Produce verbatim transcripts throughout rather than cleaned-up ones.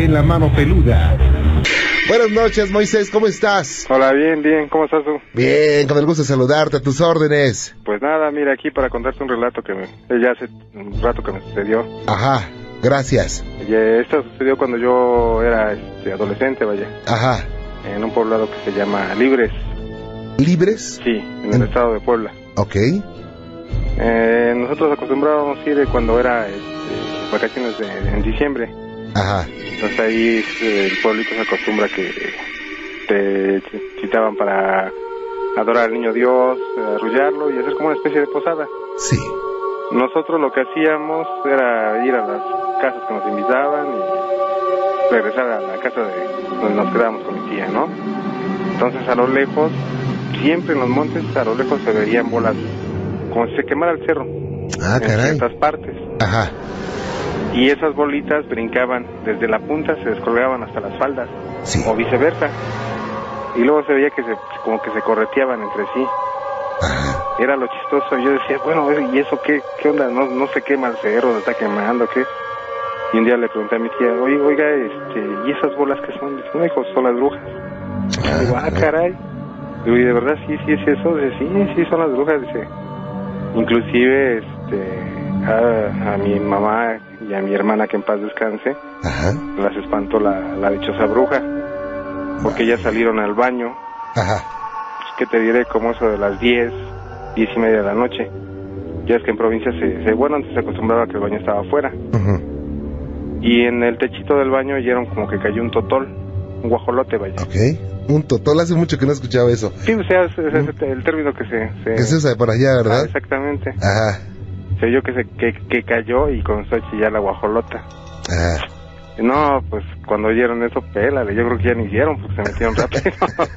en la mano peluda. Buenas noches, Moisés, ¿cómo estás? Hola, bien, bien, ¿cómo estás tú? Bien, con el gusto de saludarte, a tus órdenes. Pues nada, mira, aquí para contarte un relato que me, ya hace un rato que me sucedió. Ajá, gracias. Y esto sucedió cuando yo era este, adolescente, vaya. Ajá. En un poblado que se llama Libres. ¿Libres? Sí, en el en... estado de Puebla. Ok. Eh, nosotros acostumbrábamos ir cuando era este, vacaciones de, en diciembre. Ajá. Entonces ahí el pueblito se acostumbra que te citaban para adorar al niño Dios, arrullarlo y hacer como una especie de posada. Sí. Nosotros lo que hacíamos era ir a las casas que nos invitaban y regresar a la casa de donde nos quedábamos con mi tía, ¿no? Entonces a lo lejos, siempre en los montes, a lo lejos se veían bolas, como si se quemara el cerro. Ah, en caray. ciertas partes. Ajá. Y esas bolitas brincaban desde la punta, se descolgaban hasta las faldas, sí. o viceversa. Y luego se veía que se, como que se correteaban entre sí. Ajá. Era lo chistoso. Yo decía, bueno, ¿y eso qué, qué onda? No, no se quema el cerro, se está quemando, ¿qué? Y un día le pregunté a mi tía, oiga, oiga este, ¿y esas bolas qué son? Dice, no, hijo, son las brujas. Ah, digo, ah, caray. Digo, ¿y de verdad sí, sí es eso? Dice, sí, sí, son las brujas. Dice, inclusive, este, a, a mi mamá y a mi hermana, que en paz descanse, ajá, las espantó la, la dichosa bruja, porque ya salieron al baño. Ajá. Pues, ¿qué te diré? Como eso de las diez, diez y media de la noche. Ya es que en provincia se, se bueno, antes se acostumbraba a que el baño estaba afuera. Uh-huh. Y en el techito del baño oyeron como que cayó un totol, un guajolote, vaya. Ok, un totol, hace mucho que no escuchaba eso. Sí, o sea, es, es, es el término que se... se... Que se usa por allá, ¿verdad? Ah, exactamente. Ajá. Se oyó que, se, que, que cayó y comenzó a chillar la guajolota. Ajá. No, pues cuando oyeron eso, pélale, yo creo que ya ni hicieron, porque se metieron rápido.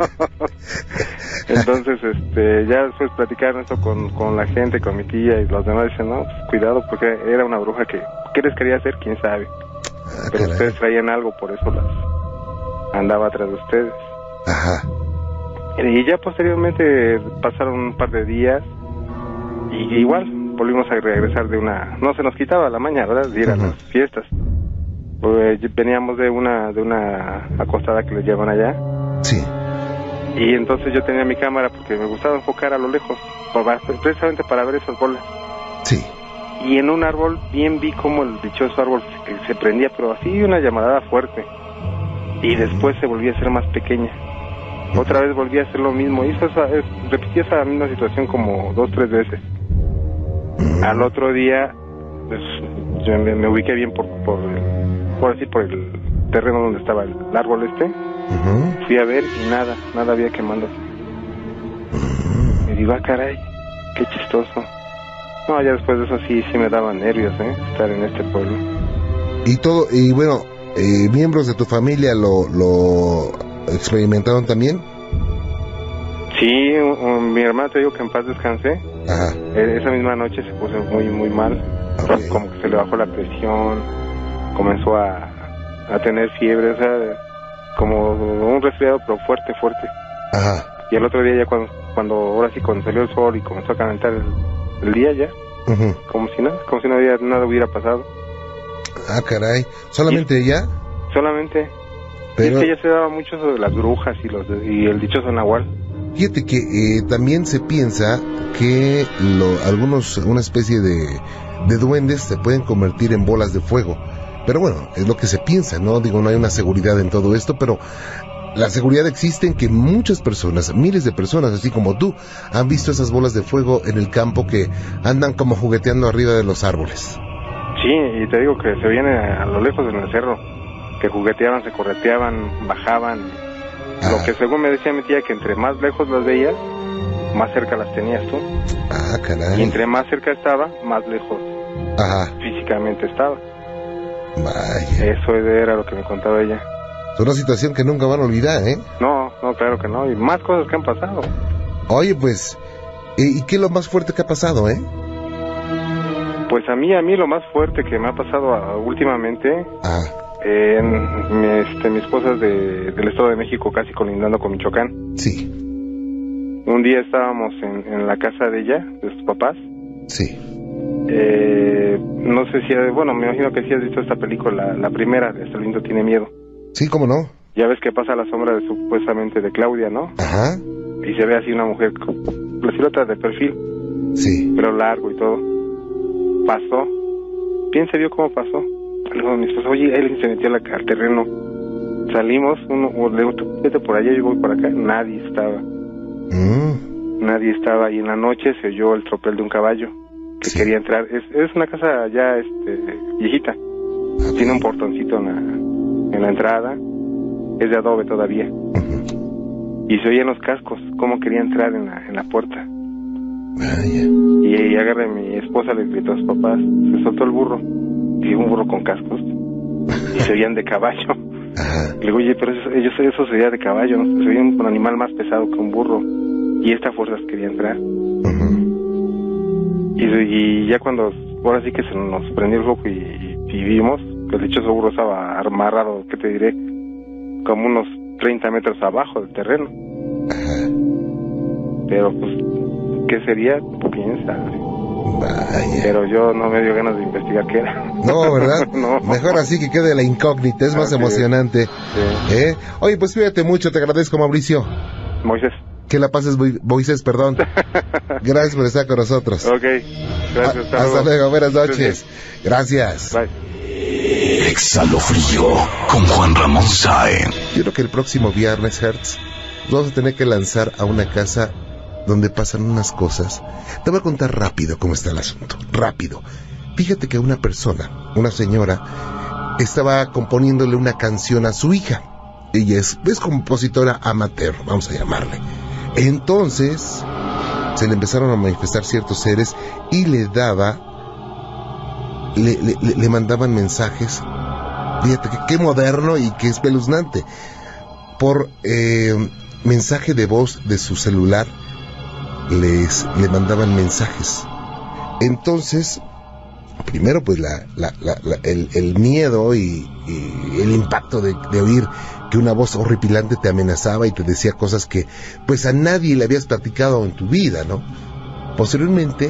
Entonces, este, ya después platicaron esto con, con la gente, con mi tía y los demás, dicen, no, pues cuidado, porque era una bruja que, ¿qué les quería hacer? ¿Quién sabe? Ah, pero caray. Ustedes traían algo, por eso las andaba atrás de ustedes. Ajá. Y ya posteriormente pasaron un par de días y igual volvimos a regresar de una, no se nos quitaba la maña, ¿verdad? De ir a uh-huh. las fiestas. Pues veníamos de una de una acostada que les llevan allá. Sí. Y entonces yo tenía mi cámara porque me gustaba enfocar a lo lejos, para, precisamente para ver esas bolas. Sí. Y en un árbol bien vi como el dichoso árbol se, se prendía, pero así una llamarada fuerte. Y después se volvía a ser más pequeña. Otra vez volvía a hacer lo mismo. Hizo esa, es, repitió esa misma situación como dos, tres veces. Al otro día, pues, yo me, me ubiqué bien por, por, por así, por el terreno donde estaba el, el árbol este. Uh-huh. Fui a ver y nada, nada había quemándose. Uh-huh. Me digo, ah, caray, qué chistoso. No, ya después de eso sí, sí me daban nervios, ¿eh? Estar en este pueblo. Y todo, y bueno, eh, ¿miembros de tu familia lo, lo experimentaron también? Sí, un, un, mi hermana, te digo que en paz descansé. Ajá. Esa misma noche se puso muy, muy mal. Okay. Como que se le bajó la presión, comenzó a, a tener fiebre, o sea, como un resfriado, pero fuerte, fuerte. Ajá. Y el otro día ya cuando, cuando ahora sí, cuando salió el sol y comenzó a calentar el, el día ya, uh-huh. como si nada, como si no había, nada hubiera pasado. Ah, caray, ¿solamente y, ella? Solamente. Pero... Y es que ella se daba mucho sobre las brujas y los y el dichoso nahual. Fíjate que eh, también se piensa que lo, algunos, una especie de, de duendes se pueden convertir en bolas de fuego. Pero bueno, es lo que se piensa, ¿no? Digo, no hay una seguridad en todo esto, pero la seguridad existe en que muchas personas, miles de personas, así como tú, han visto esas bolas de fuego en el campo que andan como jugueteando arriba de los árboles. Sí, y te digo que se viene a lo lejos en el cerro, que jugueteaban, se correteaban, bajaban. Ah. Lo que según me decía mi tía, que entre más lejos las veías, más cerca las tenías tú. Ah, caray. Y entre más cerca estaba, más lejos Ajá. físicamente estaba. Vaya. Eso era lo que me contaba ella. Es una situación que nunca van a olvidar, ¿eh? No, no, claro que no. Y más cosas que han pasado. Oye, pues, ¿y qué es lo más fuerte que ha pasado, eh? Pues a mí, a mí lo más fuerte que me ha pasado a, últimamente... Ah. Eh, mi, este, mi esposa es de, del Estado de México, casi colindando con Michoacán. Sí. Un día estábamos en, en la casa de ella, de sus papás. Sí. Eh, no sé si, bueno, me imagino que sí has visto esta película, la primera de Hasta el viento tiene miedo. Sí, ¿cómo no? Ya ves que pasa la sombra de supuestamente de Claudia, ¿no? Ajá. Y se ve así una mujer con la silueta de perfil. Sí. Pero largo y todo. Pasó. Bien se vio cómo pasó. Luego mi esposa, oye, él se metió al terreno. Salimos, uno, le digo, tú vete por allá, yo voy por acá. Nadie estaba. Mm. Nadie estaba. Y en la noche se oyó el tropel de un caballo que Sí. quería entrar. Es, es una casa ya este, viejita. Okay. Tiene un portoncito en la, en la entrada. Es de adobe todavía. Uh-huh. Y se oían los cascos, cómo quería entrar en la, en la puerta. Vaya. Y, y agarré a mi esposa, le gritó a sus papás, se soltó el burro. Y un burro con cascos. Y se oían de caballo. Ajá. Le digo, oye, pero eso, ellos, eso sería de caballo, ¿no? Se oían un animal más pesado que un burro. Y esta fuerzas quería entrar. Uh-huh. Y, y ya cuando, ahora sí que se nos prendió el foco y, y vimos que el dichoso burro estaba amarrado, ¿qué te diré? Como unos treinta metros abajo del terreno. Ajá. Pero pues, ¿qué sería? Quién sabe. Vaya. Pero yo no me dio ganas de investigar qué era. No, ¿verdad? No. Mejor así que quede la incógnita, es más Okay. emocionante. Sí. ¿Eh? Oye, pues cuídate mucho, te agradezco, Mauricio. Moisés. Que la pases, Mo- Moisés, perdón. Gracias por estar con nosotros. Ok, gracias. A- hasta luego, buenas noches. Sí, Gracias. Bye. Exhalofrío con Juan Ramón Sáenz. Yo creo que el próximo viernes, Hertz, vamos a tener que lanzar a una casa donde pasan unas cosas. Te voy a contar rápido cómo está el asunto. Rápido. Fíjate que una persona, una señora, estaba componiéndole una canción a su hija. Ella es, es compositora amateur, vamos a llamarle. Entonces, se le empezaron a manifestar ciertos seres y le daba, le, le, le mandaban mensajes. Fíjate que qué moderno y qué espeluznante. Por eh, mensaje de voz de su celular, les le mandaban mensajes. Entonces, primero pues la, la, la, la, el, el miedo y, y el impacto de, de oír que una voz horripilante te amenazaba y te decía cosas que pues a nadie le habías platicado en tu vida, ¿no? Posteriormente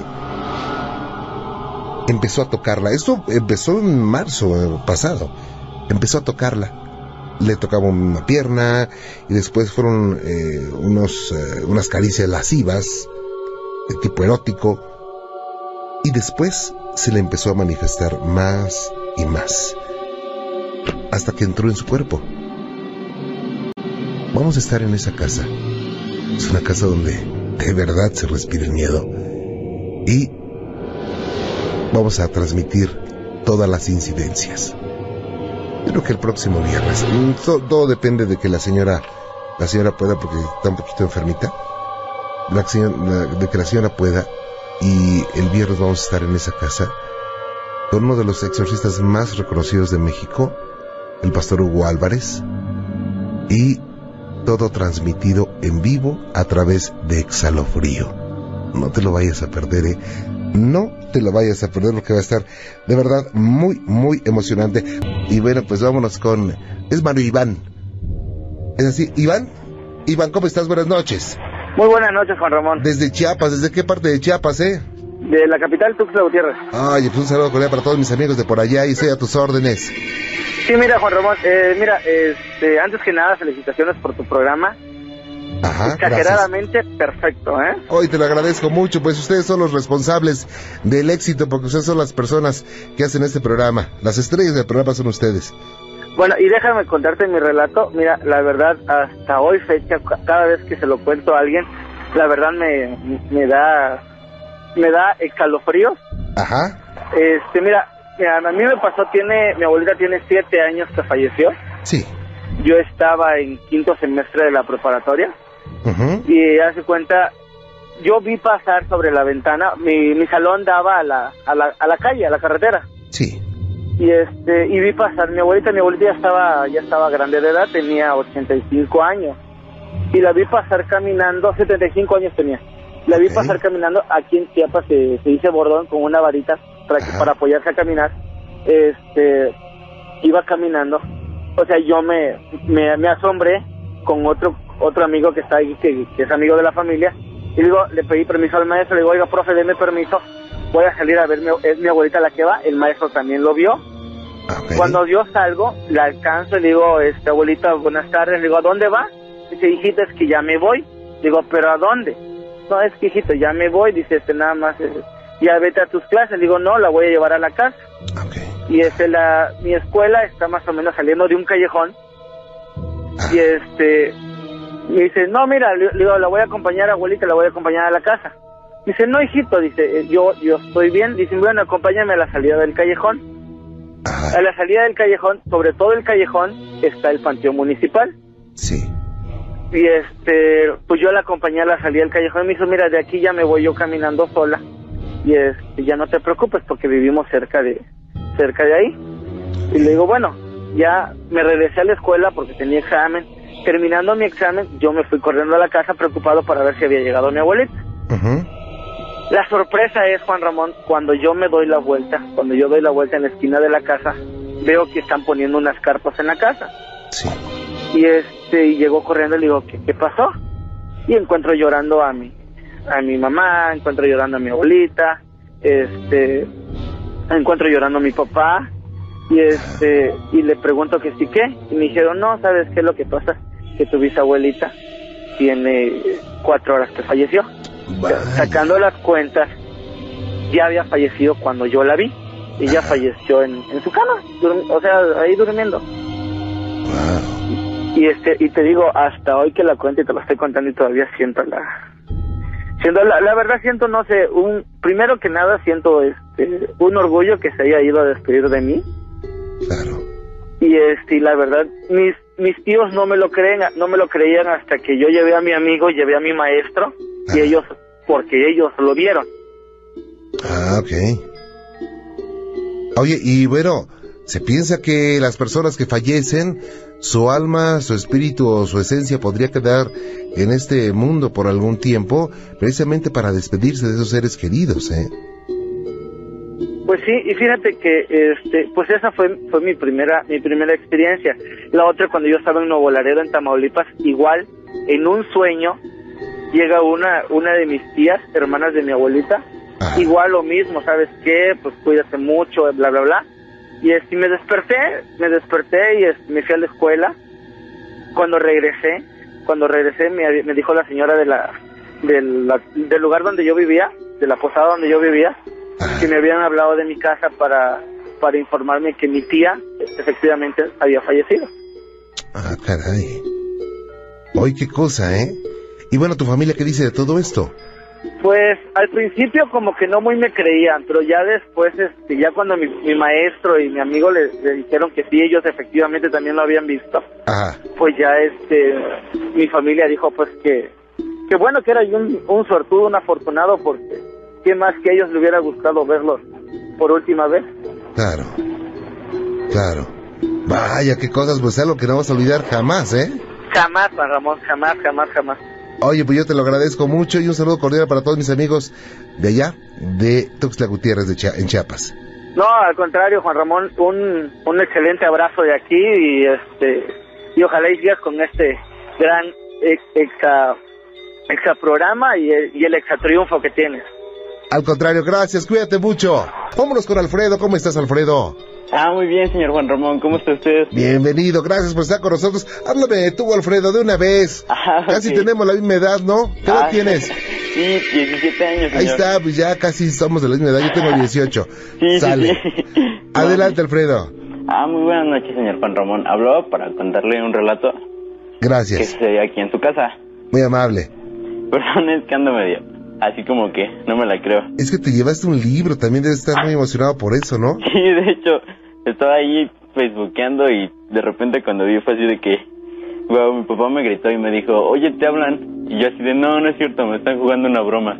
empezó a tocarla. Esto empezó en marzo pasado. Empezó a tocarla. Le tocaba una pierna y después fueron eh, unos eh, unas caricias lascivas de tipo erótico y después se le empezó a manifestar más y más hasta que entró en su cuerpo. Vamos a estar en esa casa. Es una casa donde de verdad se respira el miedo y vamos a transmitir todas las incidencias. Yo creo que el próximo viernes. Todo, todo depende de que la señora la señora pueda, porque está un poquito enfermita. La señora, la, de que la señora pueda. Y el viernes vamos a estar en esa casa con uno de los exorcistas más reconocidos de México, el pastor Hugo Álvarez. Y todo transmitido en vivo a través de Exhalofrío. No te lo vayas a perder, ¿eh? No te lo vayas a perder porque va a estar de verdad muy, muy emocionante. Y bueno, pues vámonos con... Es Mario Iván. ¿Es así? ¿Iván? Iván, ¿cómo estás? Buenas noches. Muy buenas noches, Juan Ramón. Desde Chiapas, ¿desde qué parte de Chiapas, eh? De la capital, Tuxtla Gutiérrez. Ay, pues un saludo cordial para todos mis amigos de por allá y estoy a tus órdenes. Sí, mira, Juan Ramón, eh, mira, este, antes que nada, felicitaciones por tu programa. Ajá, Exageradamente gracias. Perfecto, ¿eh? Hoy te lo agradezco mucho, pues ustedes son los responsables del éxito, porque ustedes son las personas que hacen este programa. Las estrellas del programa son ustedes. Bueno, y déjame contarte mi relato. Mira, la verdad, hasta hoy fecha, cada vez que se lo cuento a alguien, la verdad me, me da me da escalofríos. Ajá. Este, mira, mira, a mí me pasó, tiene, mi abuelita tiene siete años que falleció. Sí. Yo estaba en quinto semestre de la preparatoria. Uh-huh. Y hace cuenta, yo vi pasar sobre la ventana, mi, mi salón daba a la, a la a la calle, a la carretera. Sí. Y este y vi pasar mi abuelita, mi abuelita ya estaba ya estaba grande de edad, tenía ochenta y cinco años. Y la vi pasar caminando, setenta y cinco años tenía. La vi okay. pasar caminando aquí en Chiapas, se, se dice bordón, con una varita para, que, para apoyarse a caminar. Este iba caminando. O sea, yo me me, me asombré con otro otro amigo que está ahí, que, que es amigo de la familia, y digo, le pedí permiso al maestro, le digo, oiga, profe, deme permiso, voy a salir a ver, mi, es mi abuelita la que va, el maestro también lo vio, Okay. Cuando yo salgo, la alcanzo y le digo, este, abuelita, buenas tardes. Le digo, ¿a dónde va? Dice, hijita, es que ya me voy. Digo, ¿pero a dónde? No, es que, hijito, ya me voy. Dice, este, nada más, eh, ya vete a tus clases. Le digo, no, la voy a llevar a la casa. Okay. Y este, la, mi escuela está más o menos saliendo de un callejón. Ah. Y este, me dice, no, mira, le, le digo, la voy a acompañar, abuelita, la voy a acompañar a la casa. Dice, no, hijito, dice, eh, yo, yo estoy bien. Dice, bueno, acompáñame a la salida del callejón. Ajá. A la salida del callejón, sobre todo el callejón, está el panteón municipal. Sí. Y este, pues yo la acompañé a la salida del callejón y me dijo, mira, de aquí ya me voy yo caminando sola. Y este, ya no te preocupes porque vivimos cerca de, cerca de ahí. Y le digo, bueno, ya me regresé a la escuela porque tenía examen. Terminando mi examen, yo me fui corriendo a la casa preocupado para ver si había llegado mi abuelita. Uh-huh. La sorpresa es, Juan Ramón, cuando yo me doy la vuelta, cuando yo doy la vuelta en la esquina de la casa, veo que están poniendo unas carpas en la casa. Sí. Y este, y llegó corriendo y le digo, ¿qué, qué pasó? Y encuentro llorando a mi, a mi mamá, encuentro llorando a mi abuelita, este, encuentro llorando a mi papá, y este, y le pregunto que sí, ¿qué? Y me dijeron, no, ¿sabes qué es lo que pasa? Que tu bisabuelita tiene cuatro horas que falleció. Vaya. Sacando las cuentas, ya había fallecido cuando yo la vi. Ella falleció en, en su cama, durmi- o sea, ahí durmiendo. Wow. Y este, y te digo, hasta hoy que la cuento y te lo estoy contando y todavía siento la, siento la, la verdad siento, no sé, un, primero que nada siento este, un orgullo que se haya ido a despedir de mí. Claro. Y este, y la verdad, mis, mis tíos no me lo creen, no me lo creían hasta que yo llevé a mi amigo, llevé a mi maestro, y Ajá. ellos, porque ellos lo vieron. Ah, ok. Oye, y bueno, se piensa que las personas que fallecen, su alma, su espíritu o su esencia podría quedar en este mundo por algún tiempo, precisamente para despedirse de esos seres queridos, ¿eh? Pues sí, y fíjate que este, pues esa fue fue mi primera mi primera experiencia. La otra, cuando yo estaba en Nuevo Laredo, en Tamaulipas, igual en un sueño llega una una de mis tías, hermanas de mi abuelita, Ajá. igual lo mismo, ¿sabes qué? Pues cuídate mucho, bla bla bla. Y este, me desperté, me desperté y este, me fui a la escuela. Cuando regresé, cuando regresé me, me dijo la señora de la, de la del lugar donde yo vivía, de la posada donde yo vivía, que me habían hablado de mi casa para para informarme que mi tía efectivamente había fallecido. Ah, caray. Oye, qué cosa, ¿eh? Y bueno, ¿tu familia qué dice de todo esto? Pues al principio como que no muy me creían, pero ya después, este, ya cuando mi, mi maestro y mi amigo le, le dijeron que sí, ellos efectivamente también lo habían visto, Ajá. pues ya este, mi familia dijo pues que, que bueno que era yo un, un suertudo, un afortunado, porque ¿qué más que a ellos le hubiera gustado verlos por última vez? Claro. Claro. Vaya, qué cosas, pues algo que no vas a olvidar jamás, ¿eh? Jamás, Juan Ramón, jamás, jamás, jamás. Oye, pues yo te lo agradezco mucho y un saludo cordial para todos mis amigos de allá, de Tuxtla Gutiérrez, de Chia- en Chiapas. No, al contrario, Juan Ramón, un, un excelente abrazo de aquí y este y ojalá y sigas con este gran ex, exa, exa programa y el, y el exa triunfo que tienes. Al contrario, gracias, cuídate mucho. Vámonos con Alfredo. ¿Cómo estás, Alfredo? Ah, muy bien, señor Juan Ramón, ¿cómo está usted? Bienvenido, gracias por estar con nosotros. Háblame tú, Alfredo, de una vez. Ah, Casi ok. tenemos la misma edad, ¿no? ¿Qué edad Ah, tienes? Sí, diecisiete años, señor. Ahí está, pues ya casi somos de la misma edad. Yo tengo dieciocho. Sí, Sale. sí, sí. Adelante, Alfredo. Ah, muy buenas noches, señor Juan Ramón. Hablaba para contarle un relato que Gracias. sucedió aquí en su casa. Muy amable. Perdón, es que ando medio, así como que no me la creo. Es que te llevaste un libro, también debes estar muy emocionado por eso, ¿no? Sí, de hecho, estaba ahí facebookeando y de repente cuando vi fue así de que, wow, mi papá me gritó y me dijo, oye, te hablan. Y yo así de, no, no es cierto, me están jugando una broma.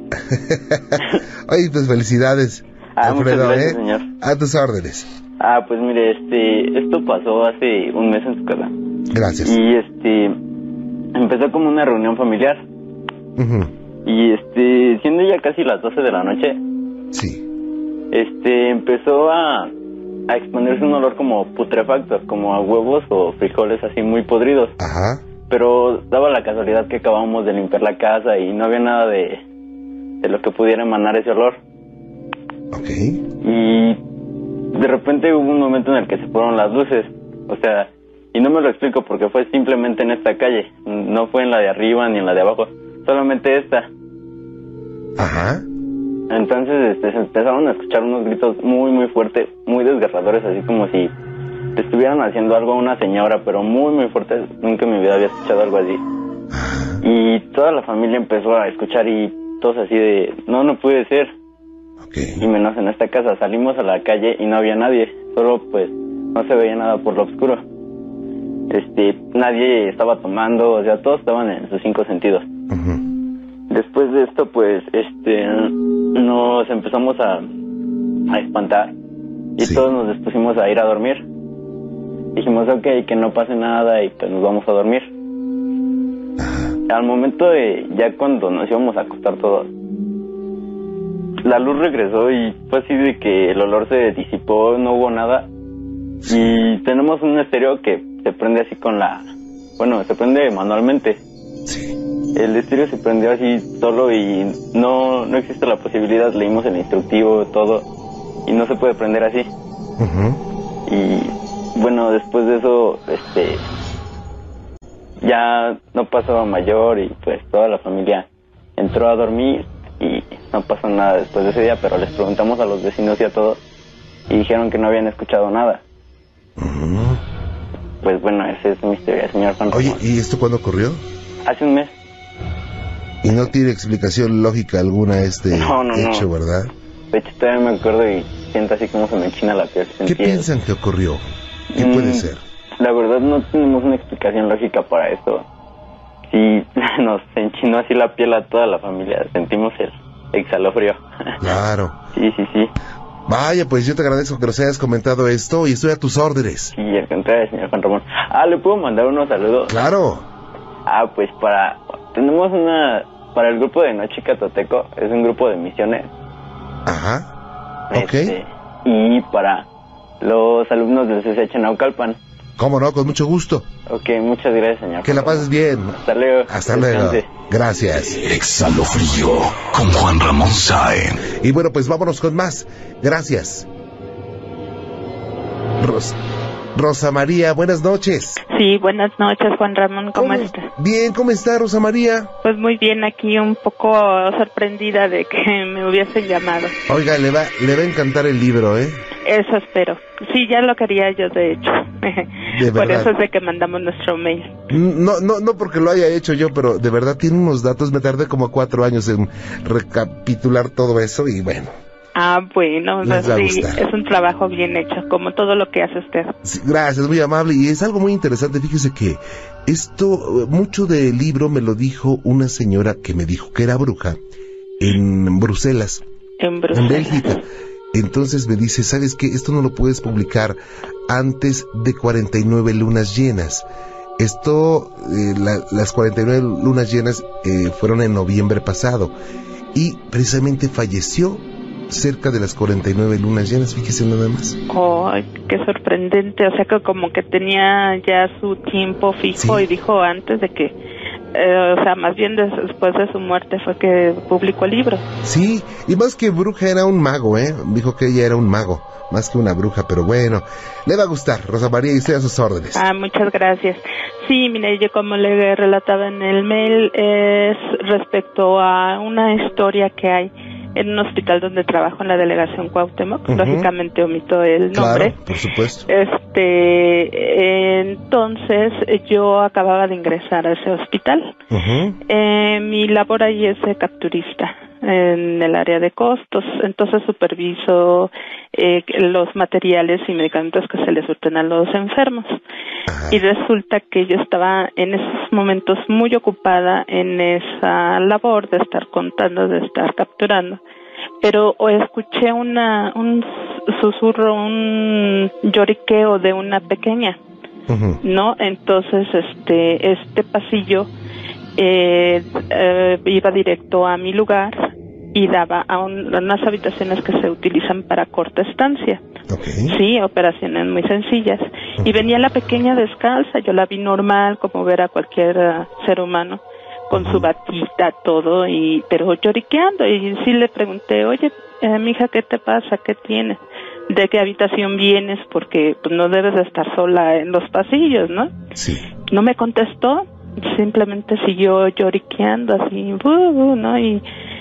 Oye, pues felicidades, Ah, muchas Alfredo, gracias, ¿eh? señor. A tus órdenes. Ah, pues mire, este, esto pasó hace un mes en su casa. Gracias. Y este, empezó como una reunión familiar. Ujú. Y este, siendo ya casi las doce de la noche, Sí. este, empezó a, a exponerse un olor como putrefacto, como a huevos o frijoles así muy podridos. Ajá. Pero daba la casualidad que acabamos de limpiar la casa y no había nada de, de lo que pudiera emanar ese olor. Ok. Y de repente hubo un momento en el que se fueron las luces, o sea, y no me lo explico porque fue simplemente en esta calle, no fue en la de arriba ni en la de abajo, solamente esta. Ajá. Entonces este, se empezaron a escuchar unos gritos muy muy fuertes, muy desgarradores, así como si estuvieran haciendo algo a una señora, pero muy muy fuertes. Nunca en mi vida había escuchado algo así. Y toda la familia empezó a escuchar y todos así de, no, no puede ser. Okay. Y menos en esta casa. Salimos a la calle y no había nadie, solo pues no se veía nada por lo oscuro. Este, nadie estaba tomando, o sea, todos estaban en sus cinco sentidos. Uh-huh. Después de esto, pues, este, nos empezamos a, a espantar y Sí. todos nos dispusimos a ir a dormir. Dijimos, ok, que no pase nada y pues nos vamos a dormir. Ajá. Al momento de, ya cuando nos íbamos a acostar todos, la luz regresó y fue así de que el olor se disipó, no hubo nada. Sí. Y tenemos un estéreo que se prende así con la, bueno, se prende manualmente. Sí. El estéreo se prendió así solo y no, no existe la posibilidad, leímos el instructivo, todo, y no se puede prender así. Uh-huh. Y bueno, después de eso, este, ya no pasó a mayor y pues toda la familia entró a dormir y no pasó nada después de ese día, pero les preguntamos a los vecinos y a todos y dijeron que no habían escuchado nada. Uh-huh. Pues bueno, esa es mi historia, señor Juan Oye, Ramón. ¿y esto cuándo ocurrió? Hace un mes. Y no tiene explicación lógica alguna este No, no, hecho, no. ¿verdad? De hecho, todavía me acuerdo y siento así como se me enchina la piel. ¿Qué Sentí el- piensan que ocurrió? ¿Qué Mm, puede ser? La verdad no tenemos una explicación lógica para esto. Sí, nos enchinó así la piel a toda la familia. Sentimos el exhalofrío. Claro. Sí, sí, sí. Vaya, pues yo te agradezco que nos hayas comentado esto y estoy a tus órdenes. Sí, al contrario, señor Juan Ramón. Ah, ¿le puedo mandar unos saludos? Claro. Ah, pues para... Tenemos una... Para el grupo de Noche Catoteco, es un grupo de misiones. Ajá. Ok. Este, y para los alumnos del C C H Naucalpan. Cómo no, con mucho gusto. Ok, muchas gracias, señor. Que la pases bien. Hasta luego. Hasta luego. Descanse. Gracias. Exhalofrío con Juan Ramón Sáenz. Y bueno, pues vámonos con más. Gracias. Ros- Rosa María, buenas noches. Sí, buenas noches, Juan Ramón, ¿cómo estás? Bien, ¿cómo está Rosa María? Pues muy bien, aquí un poco sorprendida de que me hubiesen llamado. Oiga, le va, le va a encantar el libro, ¿eh? Eso espero. Sí, ya lo quería yo, de hecho. De Por verdad. eso es de que mandamos nuestro mail. No, no, no porque lo haya hecho yo, pero de verdad tiene unos datos. Me tardé como cuatro años en recapitular todo eso y bueno. Ah, bueno, o sea, Les va a sí, gustar. es un trabajo bien hecho, como todo lo que hace usted. Sí, gracias, muy amable. Y es algo muy interesante. Fíjese que esto, mucho del libro me lo dijo una señora que me dijo que era bruja en Bruselas, En en Bruselas. Bélgica. Entonces me dice, ¿sabes qué? Esto no lo puedes publicar antes de cuarenta y nueve lunas llenas. Esto, eh, la- las cuarenta y nueve lunas llenas eh, fueron en noviembre pasado. Y precisamente falleció cerca de las cuarenta y nueve lunas llenas, fíjese nada más. Ay, qué sorprendente, o sea que como que tenía ya su tiempo fijo Sí. y dijo antes de que, eh, o sea, más bien des- después de su muerte fue que publicó el libro. Sí, y más que bruja era un mago, ¿eh? Dijo que ella era un mago, más que una bruja, pero bueno, le va a gustar, Rosa María, y estoy a sus órdenes. Ah, muchas gracias. Sí, mire, yo como le relataba en el mail, es respecto a una historia que hay en un hospital donde trabajo en la delegación Cuauhtémoc. Ujú. Lógicamente omito el nombre. Claro, por supuesto. Este, eh, entonces yo acababa de ingresar a ese hospital. Ujú. Eh, mi labor ahí es de capturista en el área de costos, entonces superviso eh, los materiales y medicamentos que se les surten a los enfermos. Ajá. Y resulta que yo estaba en esos momentos muy ocupada en esa labor de estar contando, de estar capturando, pero o escuché una un susurro, un lloriqueo de una pequeña, Ujú. ¿no? Entonces este este pasillo eh, eh, iba directo a mi lugar y daba a, un, a unas habitaciones que se utilizan para corta estancia. Ok. Sí, operaciones muy sencillas. Y venía la pequeña descalza, yo la vi normal, como ver a cualquier uh, ser humano, con su batita, todo, y pero lloriqueando. Y sí le pregunté, oye, eh, mija, ¿qué te pasa? ¿Qué tienes? ¿de qué habitación vienes? Porque pues no debes de estar sola en los pasillos, ¿no? Sí. No me contestó, simplemente siguió lloriqueando así, uh, uh, ¿no? Y,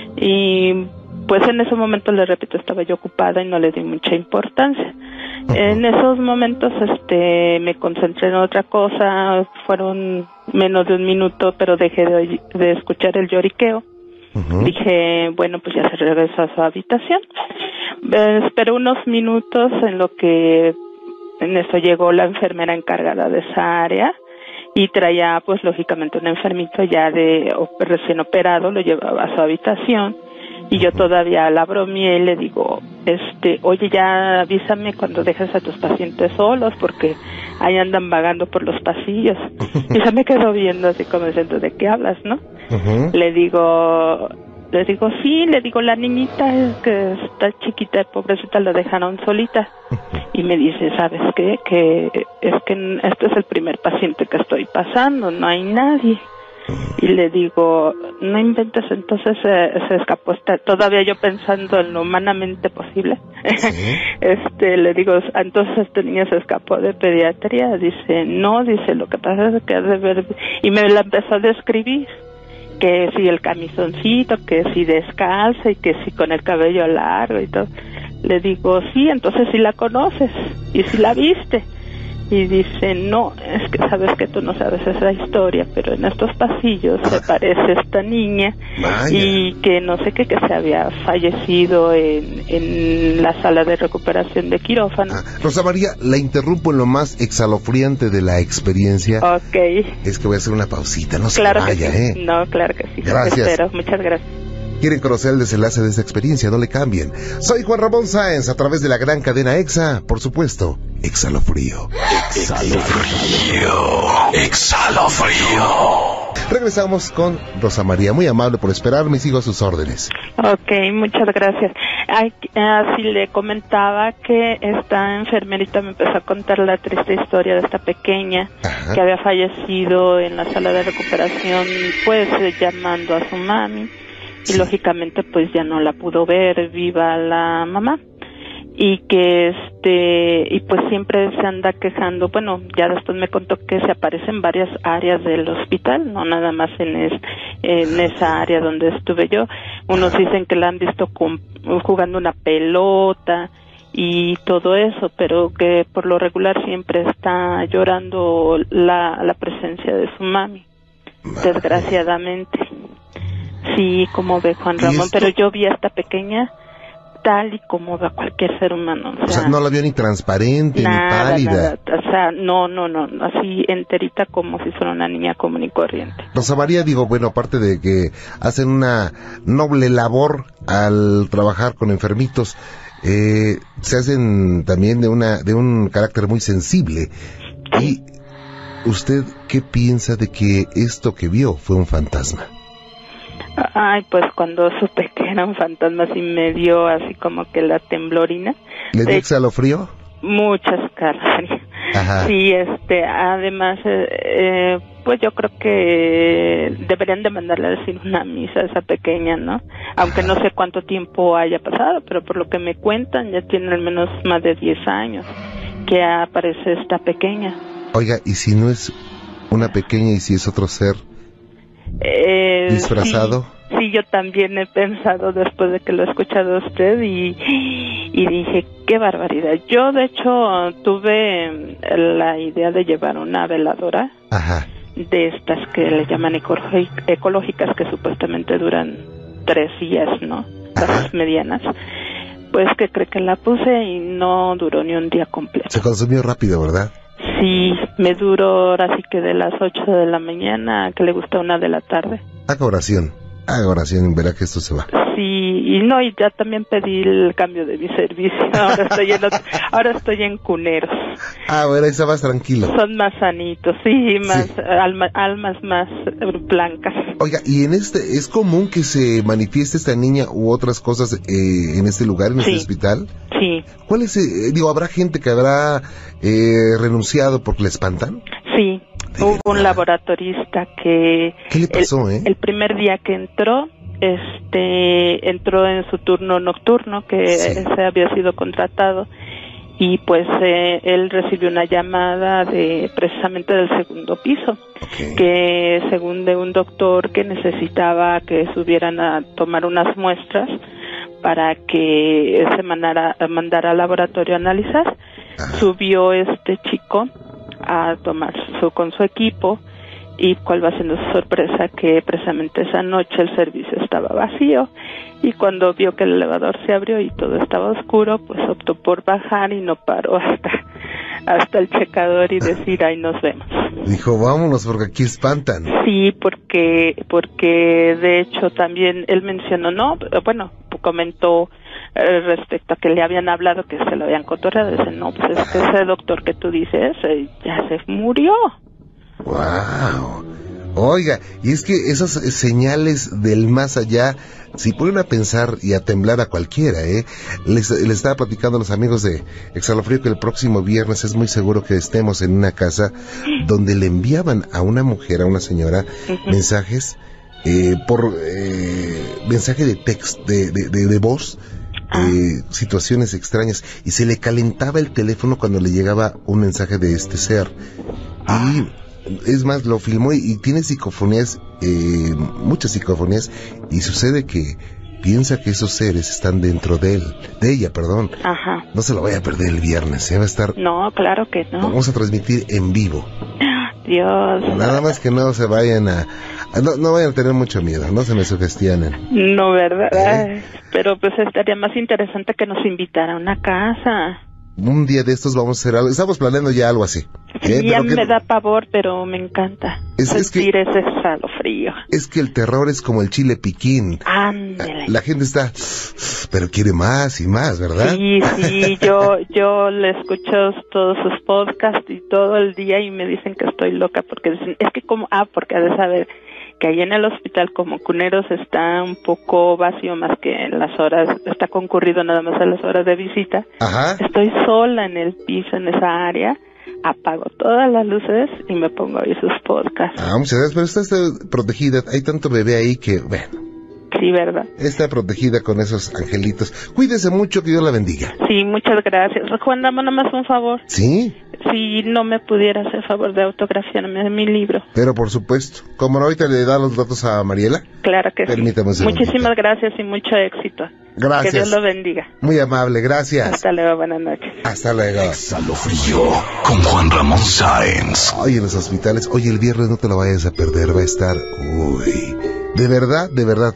y pues en ese momento, le repito, estaba yo ocupada y no le di mucha importancia. Uh-huh. En esos momentos este me concentré en otra cosa, fueron menos de un minuto, pero dejé de, de escuchar el lloriqueo. Uh-huh. Dije, bueno, pues ya se regresó a su habitación. Eh, esperé unos minutos en lo que en eso llegó la enfermera encargada de esa área y traía pues lógicamente un enfermito ya de recién operado, lo llevaba a su habitación y yo todavía la bromeé y le digo, este, oye, ya avísame cuando dejes a tus pacientes solos porque ahí andan vagando por los pasillos. Y se me quedó viendo así como diciendo, ¿de qué hablas, no? Uh-huh. Le digo, le digo, sí, le digo, la niñita es que está chiquita, pobrecita, la dejaron solita. Y me dice, ¿sabes qué? Que es que este es el primer paciente que estoy pasando, no hay nadie. Y le digo, no inventes, entonces se, se escapó, está todavía yo pensando en lo humanamente posible. ¿Sí? Este, le digo, entonces este niño se escapó de pediatría. Dice, no, dice, lo que pasa es que ha de ver, y me la empezó a describir, que si el camisoncito, que si descalza y que si con el cabello largo y todo. Le digo, sí, entonces sí la conoces y sí la viste. Y dice, no, es que sabes que tú no sabes esa historia, pero en estos pasillos se parece esta niña. Vaya. Y que no sé qué, que se había fallecido en, en la sala de recuperación de quirófano. Ah, Rosa María, la interrumpo en lo más exhalofriante de la experiencia. Ok. Es que voy a hacer una pausita, no claro se vaya, que sí. ¿eh? No, claro que sí. Gracias. Espero, muchas gracias. ¿Quieren conocer el desenlace de esta experiencia? No le cambien. Soy Juan Ramón Sáenz, a través de la gran cadena EXA, por supuesto, Exhalofrío. Exhalofrío. Exhalofrío. Regresamos con Rosa María, muy amable por esperarme y sigo a sus órdenes. Ok, muchas gracias. Ay, así le comentaba que esta enfermerita me empezó a contar la triste historia de esta pequeña. Ajá. Que había fallecido en la sala de recuperación, pues llamando a su mami. Y lógicamente pues ya no la pudo ver viva la mamá y que este y pues siempre se anda quejando. Bueno, ya después me contó que se aparece en varias áreas del hospital, no nada más en es, en esa área donde estuve yo. Unos dicen que la han visto con, jugando una pelota y todo eso, pero que por lo regular siempre está llorando la, la presencia de su mami, desgraciadamente. Sí, como ve Juan Ramón, pero yo vi a esta pequeña tal y como ve a cualquier ser humano. O sea, o sea no la vio ni transparente, nada, ni pálida. Nada. O sea, no, no, no, así enterita como si fuera una niña común y corriente. Rosa María, digo, bueno, aparte de que hacen una noble labor al trabajar con enfermitos, eh, se hacen también de una de un carácter muy sensible. ¿Y usted qué piensa de que esto que vio fue un fantasma? Ay, pues cuando supe que era un fantasma sí me dio así como que la temblorina. ¿Le dio escalofrío? Muchas caras. Sí, este, además, eh, eh, pues yo creo que deberían de mandarle a decir una misa a esa pequeña, ¿no? Aunque Ajá. no sé cuánto tiempo haya pasado, pero por lo que me cuentan ya tiene al menos más de diez años que aparece esta pequeña. Oiga, ¿y si no es una pequeña y si es otro ser? Eh, ¿Disfrazado? Sí, sí, yo también he pensado después de que lo he escuchado a usted y, y dije, qué barbaridad. Yo, de hecho, tuve la idea de llevar una veladora. Ajá. De estas que le llaman ecológicas, que supuestamente duran tres días, ¿no? Las medianas. Pues que cree que la puse y no duró ni un día completo. Se consumió rápido, ¿verdad? Sí, me duró ahora sí que de las ocho de la mañana a que le gusta una de la tarde. Haga oración, haga oración y verá que esto se va. Sí, y no, y ya también pedí el cambio de mi servicio. Ahora estoy en, otro, ahora estoy en Cuneros. Ah, bueno, ahí está más tranquilo. Son más sanitos, sí, más sí. Alma, almas más blancas. Oiga, ¿y en este es común que se manifieste esta niña u otras cosas eh, en este lugar, en este sí. hospital? Sí. ¿Cuál es, eh, digo, habrá gente que habrá eh, renunciado porque le espantan? Sí, hubo un laboratorista que... ¿Qué le pasó, el, eh? El primer día que entró, este, entró en su turno nocturno, que sí. ese había sido contratado, y pues eh, él recibió una llamada de precisamente del segundo piso, okay. que según de un doctor que necesitaba que subieran a tomar unas muestras para que se mandara, mandara al laboratorio a analizar. Ajá. Subió este chico a tomar su, con su equipo, y cuál va siendo su sorpresa, que precisamente esa noche el servicio estaba vacío, y cuando vio que el elevador se abrió y todo estaba oscuro, pues optó por bajar y no paró hasta hasta el checador y decir, ahí nos vemos. Dijo, vámonos porque aquí espantan. Sí, porque porque de hecho también él mencionó, no, bueno, comentó eh, respecto a que le habían hablado, que se lo habían cotorreado. Dice, no, pues es que ese doctor que tú dices eh, ya se murió. Wow. Oiga, y es que esas señales del más allá, si ponen a pensar y a temblar a cualquiera, ¿eh? Les, les estaba platicando a los amigos de Exhalofrío que el próximo viernes es muy seguro que estemos en una casa donde le enviaban a una mujer, a una señora, uh-huh. mensajes eh, por eh, mensaje de texto, de, de, de, de voz, eh, situaciones extrañas, y se le calentaba el teléfono cuando le llegaba un mensaje de este ser. Y es más, lo filmó y, y tiene psicofonías, eh, muchas psicofonías, y sucede que piensa que esos seres están dentro de él, de ella, perdón. Ajá. No se lo vaya a perder el viernes, ¿eh? Va a estar... No, claro que no. Vamos a transmitir en vivo. Dios. Nada más que no se vayan a... No, no vayan a tener mucho miedo, no se me sugestionen. No, ¿verdad? ¿Eh? Pero pues estaría más interesante que nos invitara a una casa. Un día de estos vamos a hacer algo, estamos planeando ya algo así. Sí, ¿eh? Ya me da pavor, pero me encanta es, sentir es que, ese escalofrío. Es que el terror es como el chile piquín. Ándale. La gente está, pero quiere más y más, ¿verdad? Sí, sí, yo yo le escucho todos sus podcasts y todo el día y me dicen que estoy loca, porque dicen, es que como, ah, porque ha de saber que ahí en el hospital como Cuneros está un poco vacío, más que en las horas, está concurrido nada más a las horas de visita. Ajá. Estoy sola en el piso, en esa área, apago todas las luces y me pongo a oír sus podcasts. Ah, muchas gracias, pero está protegida, hay tanto bebé ahí que, bueno. Sí, ¿verdad? Está protegida con esos angelitos. Cuídese mucho, que Dios la bendiga. Sí, muchas gracias. Juan, dame nomás un favor. ¿Sí? Si no me pudiera hacer favor de autografiarme mi libro. Pero por supuesto. Como no, ahorita le da los datos a Mariela. Claro que Permítame sí. Muchísimas gracias y mucho éxito. Gracias. Que Dios lo bendiga. Muy amable, gracias. Hasta luego, buenas noches. Hasta luego. Exhalofrío con Juan Ramón Sáenz. Oye, en los hospitales, oye, el viernes no te lo vayas a perder, va a estar, uy, de verdad, de verdad.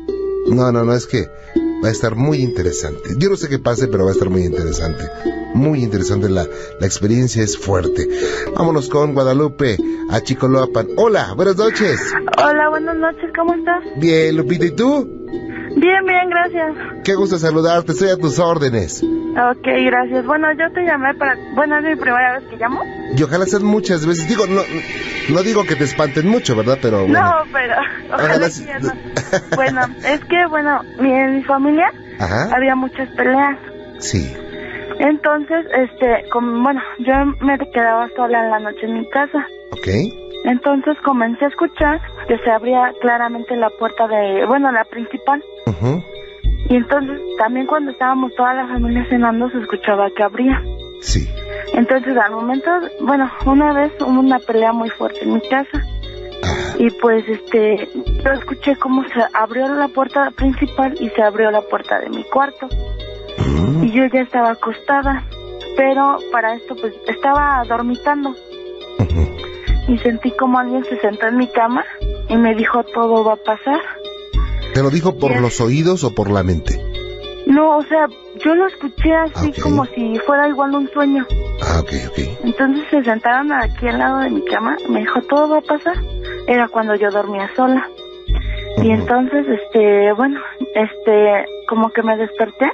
No, no, no, es que va a estar muy interesante. Yo no sé qué pase, pero va a estar muy interesante. Muy interesante, la, la experiencia es fuerte. Vámonos con Guadalupe, a Chicoloapan. Hola, buenas noches. Hola, buenas noches, ¿cómo estás? Bien, Lupita, ¿y tú? Bien, bien, gracias. Qué gusto saludarte, estoy a tus órdenes. Ok, gracias. Bueno, yo te llamé para... Bueno, es mi primera vez que llamo. Y ojalá sean muchas veces. Digo, no no digo que te espanten mucho, ¿verdad? Pero bueno. No, pero... Ojalá, ojalá que ya no. Bueno, es que, bueno, mi, en mi familia Ajá. había muchas peleas. Sí. Entonces, este, como, bueno, yo me quedaba sola en la noche en mi casa. Ok. Entonces comencé a escuchar que se abría claramente la puerta de... Bueno, la principal. Ajá. Uh-huh. Y entonces, también cuando estábamos toda la familia cenando, se escuchaba que abría. Sí. Entonces, al momento, bueno, una vez hubo una pelea muy fuerte en mi casa. Ah. Y pues, este, yo escuché cómo se abrió la puerta principal y se abrió la puerta de mi cuarto. Mm. Y yo ya estaba acostada, pero para esto, pues, estaba dormitando. Uh-huh. Y sentí como alguien se sentó en mi cama y me dijo, todo va a pasar. ¿Te lo dijo por los oídos o por la mente? No, o sea, yo lo escuché así okay. como si fuera igual un sueño. Ah, ok, ok. Entonces se sentaron aquí al lado de mi cama, me dijo, todo va a pasar. Era cuando yo dormía sola. Uh-huh. Y entonces, este, bueno, este, como que me desperté.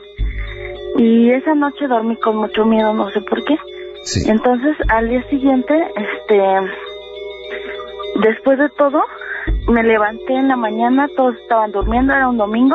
Y esa noche dormí con mucho miedo, no sé por qué. Sí. Entonces, al día siguiente, este, después de todo... me levanté en la mañana, todos estaban durmiendo, era un domingo,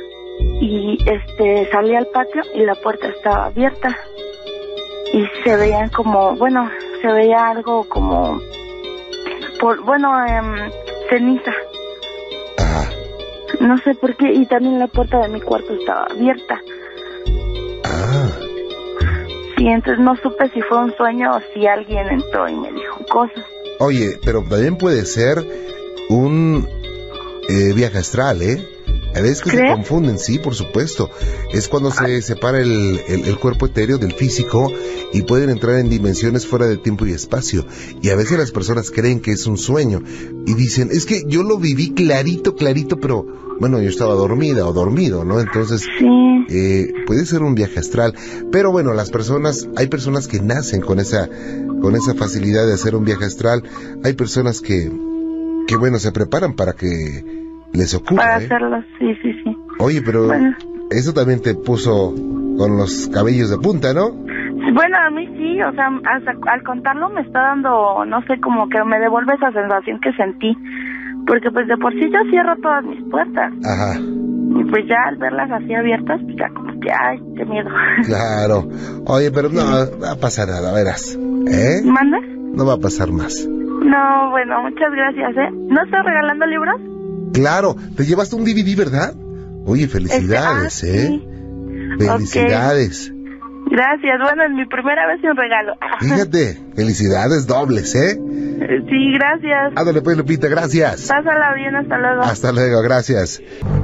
y este salí al patio y la puerta estaba abierta y se veían como, bueno, se veía algo como, por, bueno, eh, ceniza. Ajá. No sé por qué, y también la puerta de mi cuarto estaba abierta. Ah. Sí, Sí, entonces no supe si fue un sueño o si alguien entró y me dijo cosas. Oye, pero también puede ser un eh, viaje astral, ¿eh? A veces que ¿crees? Se confunden, sí, por supuesto. Es cuando se separa el, el, el cuerpo etéreo del físico y pueden entrar en dimensiones fuera de tiempo y espacio. Y a veces las personas creen que es un sueño y dicen, es que yo lo viví clarito, clarito, pero bueno, yo estaba dormida o dormido, ¿no? Entonces, sí. eh, puede ser un viaje astral. Pero bueno, las personas, hay personas que nacen con esa, con esa facilidad de hacer un viaje astral. Hay personas que, que bueno, se preparan para que les ocurra, para ¿eh? hacerlo, sí, sí, sí. Oye, pero bueno, eso también te puso con los cabellos de punta, ¿no? Bueno, a mí sí, o sea, hasta al contarlo me está dando, no sé, como que me devuelve esa sensación que sentí, porque pues de por sí yo cierro todas mis puertas. Ajá. Y pues ya al verlas así abiertas, pues ya como que, ay, qué miedo. Claro. Oye, pero no va a pasar nada, verás, ¿eh? ¿Manda? No va a pasar más. No, bueno, muchas gracias, ¿eh? ¿No estás regalando libros? Claro, te llevaste un D V D, ¿verdad? Oye, felicidades, este, ah, ¿eh? Sí. Felicidades. Okay. Gracias, bueno, es mi primera vez sin regalo. Fíjate, felicidades dobles, ¿eh? Sí, gracias. Ándale pues, Lupita, gracias. Pásala bien, hasta luego. Hasta luego, gracias.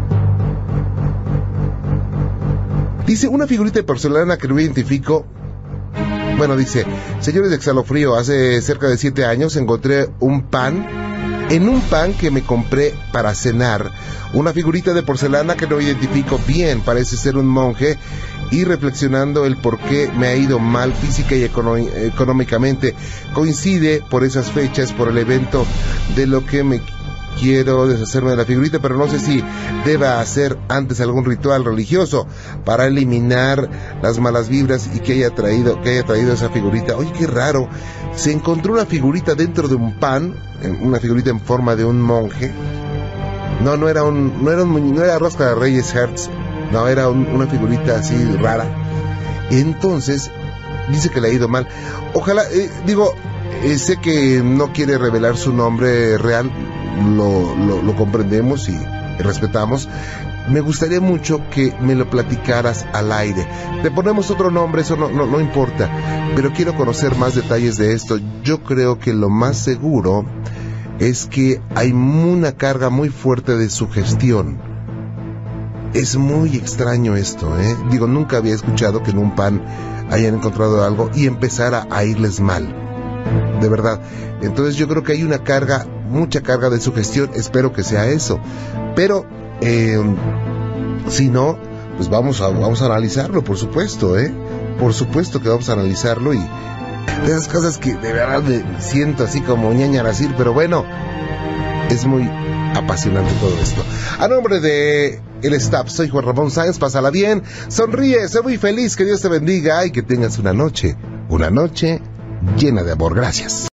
Dice, una figurita de porcelana que no identifico. Bueno, dice, señores de Exhalofrío, hace cerca de siete años encontré un pan, en un pan que me compré para cenar, una figurita de porcelana que no identifico bien, parece ser un monje, y reflexionando el por qué me ha ido mal física y econo- económicamente, coincide por esas fechas, por el evento de lo que me quiero deshacerme de la figurita, pero no sé si deba hacer antes algún ritual religioso para eliminar las malas vibras y que haya traído, que haya traído esa figurita. Oye, qué raro, se encontró una figurita dentro de un pan, una figurita en forma de un monje. No, no era un, no era un, no era Rosca de Reyes Hertz, no, era un, una figurita así rara. Entonces, dice que le ha ido mal. Ojalá, eh, digo, eh, sé que no quiere revelar su nombre real, lo, lo, lo comprendemos y respetamos. Me gustaría mucho que me lo platicaras al aire. Te ponemos otro nombre, eso no, no, no importa, pero quiero conocer más detalles de esto. Yo creo que lo más seguro es que hay una carga muy fuerte de sugestión. Es muy extraño esto, ¿eh? Digo, nunca había escuchado que en un pan hayan encontrado algo y empezara a irles mal. De verdad. Entonces yo creo que hay una carga, mucha carga de sugestión. Espero que sea eso. Pero, eh, si no, pues vamos a, vamos a analizarlo, por supuesto, ¿eh? Por supuesto que vamos a analizarlo y de esas cosas que de verdad me siento así como ñaña decir, pero bueno, es muy apasionante todo esto. A nombre de el staff, soy Juan Ramón Sáenz, pásala bien, sonríe, sé muy feliz, que Dios te bendiga y que tengas una noche, una noche llena de amor. Gracias.